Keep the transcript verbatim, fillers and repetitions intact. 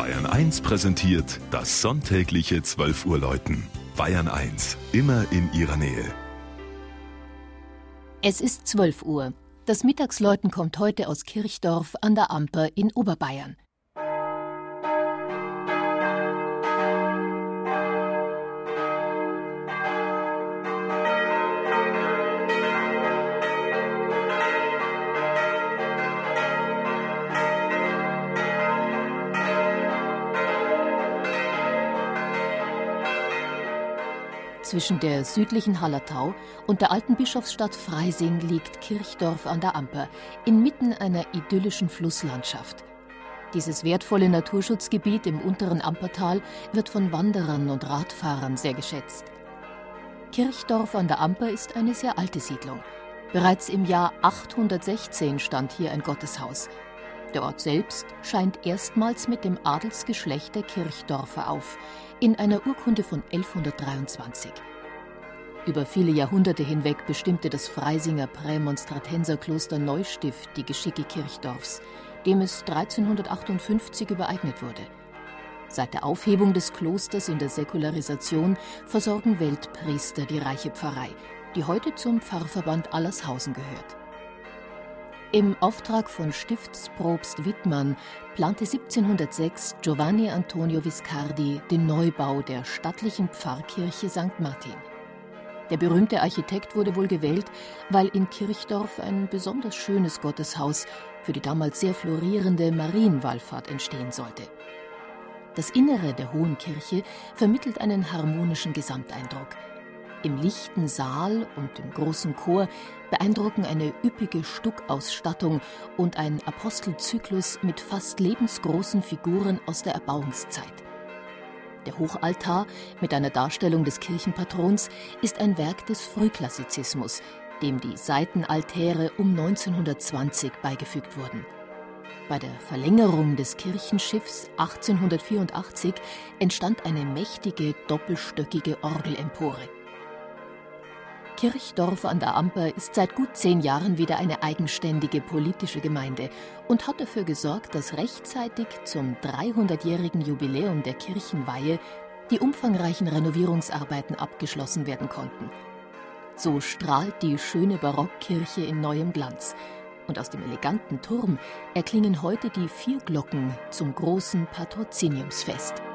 Bayern eins präsentiert das sonntägliche zwölf Uhr Läuten. Bayern eins, immer in Ihrer Nähe. Es ist zwölf Uhr. Das Mittagsläuten kommt heute aus Kirchdorf an der Amper in Oberbayern. Zwischen der südlichen Hallertau und der alten Bischofsstadt Freising liegt Kirchdorf an der Amper, inmitten einer idyllischen Flusslandschaft. Dieses wertvolle Naturschutzgebiet im unteren Ampertal wird von Wanderern und Radfahrern sehr geschätzt. Kirchdorf an der Amper ist eine sehr alte Siedlung. Bereits im Jahr achthundertsechzehn stand hier ein Gotteshaus. Der Ort selbst scheint erstmals mit dem Adelsgeschlecht der Kirchdorfer auf, in einer Urkunde von elfhundertdreiundzwanzig. Über viele Jahrhunderte hinweg bestimmte das Freisinger Prämonstratenserkloster Neustift die Geschicke Kirchdorfs, dem es dreizehnhundertachtundfünfzig übereignet wurde. Seit der Aufhebung des Klosters in der Säkularisation versorgen Weltpriester die reiche Pfarrei, die heute zum Pfarrverband Allershausen gehört. Im Auftrag von Stiftspropst Wittmann plante siebzehnhundertsechs Giovanni Antonio Viscardi den Neubau der stattlichen Pfarrkirche Sankt Martin. Der berühmte Architekt wurde wohl gewählt, weil in Kirchdorf ein besonders schönes Gotteshaus für die damals sehr florierende Marienwallfahrt entstehen sollte. Das Innere der Hohen Kirche vermittelt einen harmonischen Gesamteindruck. Im lichten Saal und im großen Chor beeindrucken eine üppige Stuckausstattung und ein Apostelzyklus mit fast lebensgroßen Figuren aus der Erbauungszeit. Der Hochaltar mit einer Darstellung des Kirchenpatrons ist ein Werk des Frühklassizismus, dem die Seitenaltäre um neunzehnhundertzwanzig beigefügt wurden. Bei der Verlängerung des Kirchenschiffs achtzehnhundertvierundachtzig entstand eine mächtige, doppelstöckige Orgelempore. Kirchdorf an der Amper ist seit gut zehn Jahren wieder eine eigenständige politische Gemeinde und hat dafür gesorgt, dass rechtzeitig zum dreihundertjährigen Jubiläum der Kirchenweihe die umfangreichen Renovierungsarbeiten abgeschlossen werden konnten. So strahlt die schöne Barockkirche in neuem Glanz und aus dem eleganten Turm erklingen heute die vier Glocken zum großen Patroziniumsfest.